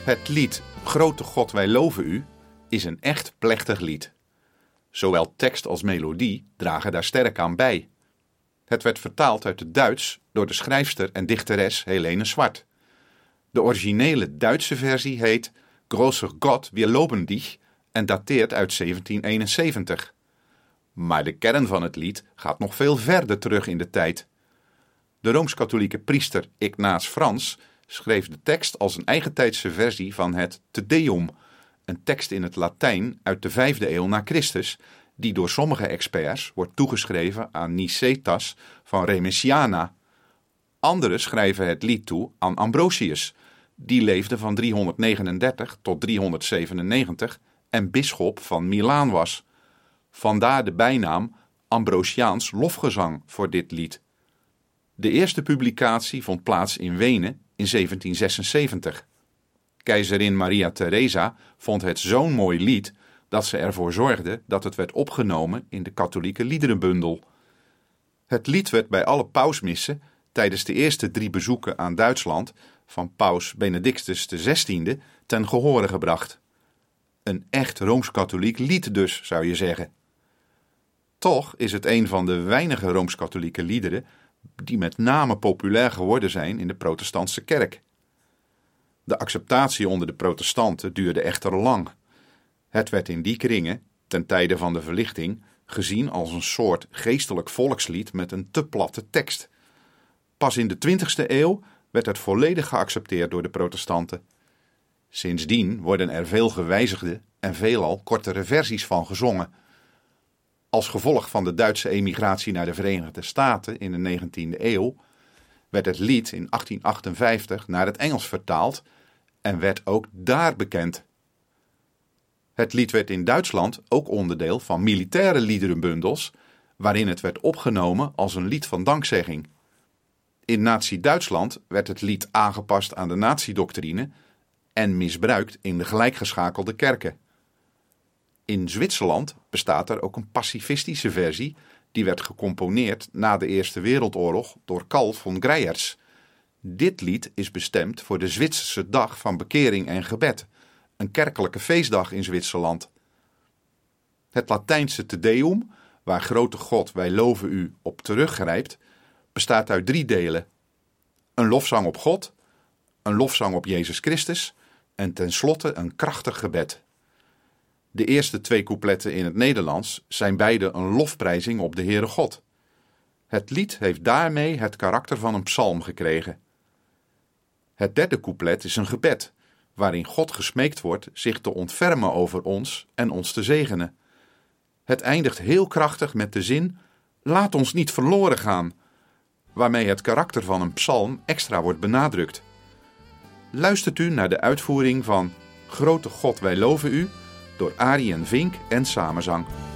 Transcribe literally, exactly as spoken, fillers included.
Het lied Grote God, wij loven u is een echt plechtig lied. Zowel tekst als melodie dragen daar sterk aan bij. Het werd vertaald uit het Duits door de schrijfster en dichteres Helene Swart. De originele Duitse versie heet Großer Gott, wir loben dich en dateert uit zeventien eenenzeventig. Maar de kern van het lied gaat nog veel verder terug in de tijd. De Rooms-Katholieke priester Ignace Frans schreef de tekst als een eigentijdse versie van het Te Deum, een tekst in het Latijn uit de vijfde eeuw na Christus, die door sommige experts wordt toegeschreven aan Nicetas van Remesiana. Anderen schrijven het lied toe aan Ambrosius, die leefde van driehonderdnegenendertig tot driehonderdzevenennegentig en bisschop van Milaan was. Vandaar de bijnaam Ambrosiaans lofgezang voor dit lied. De eerste publicatie vond plaats in Wenen in zeventien zesenzeventig. Keizerin Maria Theresa vond het zo'n mooi lied dat ze ervoor zorgde dat het werd opgenomen in de katholieke liederenbundel. Het lied werd bij alle pausmissen tijdens de eerste drie bezoeken aan Duitsland van paus Benedictus de zestiende ten gehore gebracht. Een echt Rooms-Katholiek lied dus, zou je zeggen. Toch is het een van de weinige Rooms-Katholieke liederen die met name populair geworden zijn in de protestantse kerk. De acceptatie onder de protestanten duurde echter lang. Het werd in die kringen, ten tijde van de verlichting, gezien als een soort geestelijk volkslied met een te platte tekst. Pas in de twintigste eeuw werd het volledig geaccepteerd door de protestanten. Sindsdien worden er veel gewijzigde en veelal kortere versies van gezongen. Als gevolg van de Duitse emigratie naar de Verenigde Staten in de negentiende eeuw werd het lied in achttien achtenvijftig naar het Engels vertaald en werd ook daar bekend. Het lied werd in Duitsland ook onderdeel van militaire liederenbundels, waarin het werd opgenomen als een lied van dankzegging. In Nazi-Duitsland werd het lied aangepast aan de nazi-doctrine en misbruikt in de gelijkgeschakelde kerken. In Zwitserland bestaat er ook een pacifistische versie, die werd gecomponeerd na de Eerste Wereldoorlog door Karl von Greyerz. Dit lied is bestemd voor de Zwitserse dag van bekering en gebed, een kerkelijke feestdag in Zwitserland. Het Latijnse Te Deum, waar Grote God, wij loven u op teruggrijpt, bestaat uit drie delen. Een lofzang op God, een lofzang op Jezus Christus en tenslotte een krachtig gebed. De eerste twee coupletten in het Nederlands zijn beide een lofprijzing op de Heere God. Het lied heeft daarmee het karakter van een psalm gekregen. Het derde couplet is een gebed, waarin God gesmeekt wordt zich te ontfermen over ons en ons te zegenen. Het eindigt heel krachtig met de zin: laat ons niet verloren gaan, waarmee het karakter van een psalm extra wordt benadrukt. Luistert u naar de uitvoering van Grote God, wij loven u door Arjen Vink en Samenzang.